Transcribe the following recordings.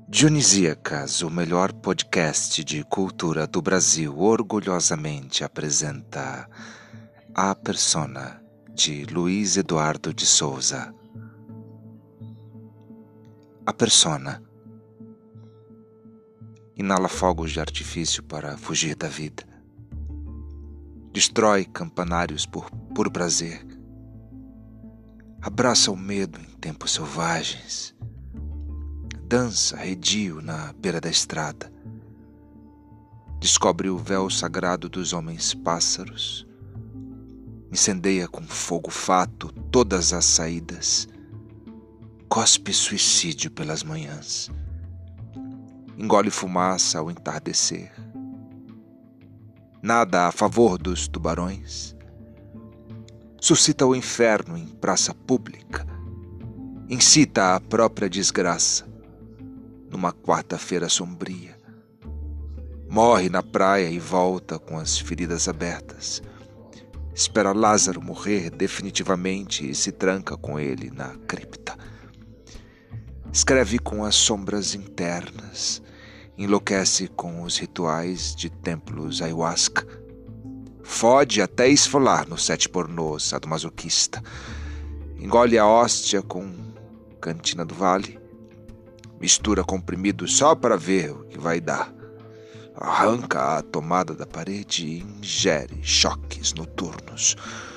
Dionisíacas, o melhor podcast de cultura do Brasil, orgulhosamente apresenta A Persona, de Luiz Eduardo de Souza. A Persona. Inala fogos de artifício para fugir da vida. Destrói campanários por puro prazer. Abraça o medo em tempos selvagens. Dança redio na beira da estrada. Descobre o véu sagrado dos homens pássaros. Incendeia com fogo fato todas as saídas. Cospe suicídio pelas manhãs. Engole fumaça ao entardecer. Nada a favor dos tubarões. Suscita o inferno em praça pública. Incita a própria desgraça. Numa quarta-feira sombria. Morre na praia e volta com as feridas abertas. Espera Lázaro morrer definitivamente e se tranca com ele na cripta. Escreve com as sombras internas. Enlouquece com os rituais de templos ayahuasca. Fode até esfolar no sete pornô sadomasoquista. Engole a hóstia com cantina do vale. Mistura comprimido só para ver o que vai dar. Arranca a tomada da parede e ingere choques noturnos.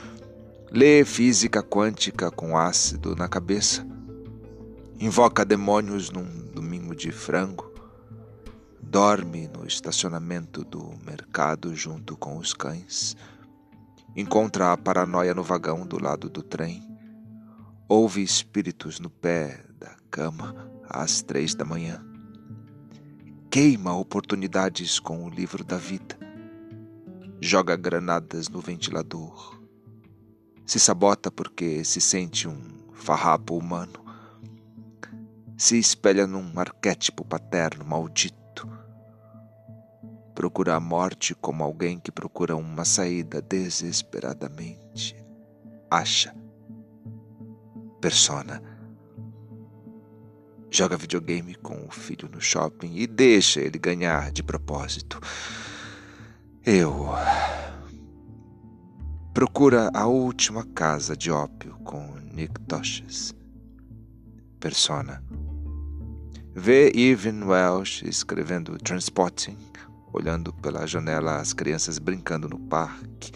Lê física quântica com ácido na cabeça. Invoca demônios num domingo de frango. Dorme no estacionamento do mercado junto com os cães. Encontra a paranoia no vagão do lado do trem. Ouve espíritos no pé da cama às 3 da manhã. Queima oportunidades com o livro da vida. Joga granadas no ventilador. Se sabota porque se sente um farrapo humano. Se espelha num arquétipo paterno maldito. Procura a morte como alguém que procura uma saída desesperadamente. Acha. Persona. Joga videogame com o filho no shopping e deixa ele ganhar de propósito. Procura a última casa de ópio com Nick Tosches. Persona. Vê Irving Welsh escrevendo Transpotting, olhando pela janela as crianças brincando no parque.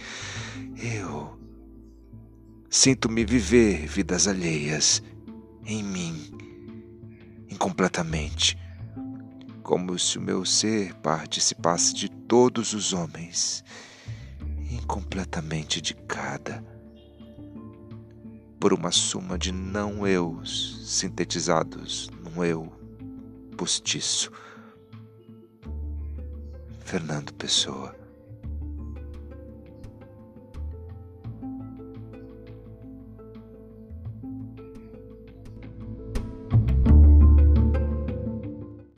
Sinto-me viver vidas alheias em mim. Incompletamente, como se o meu ser participasse de todos os homens, incompletamente de cada, por uma soma de não-eus sintetizados num eu postiço. Fernando Pessoa.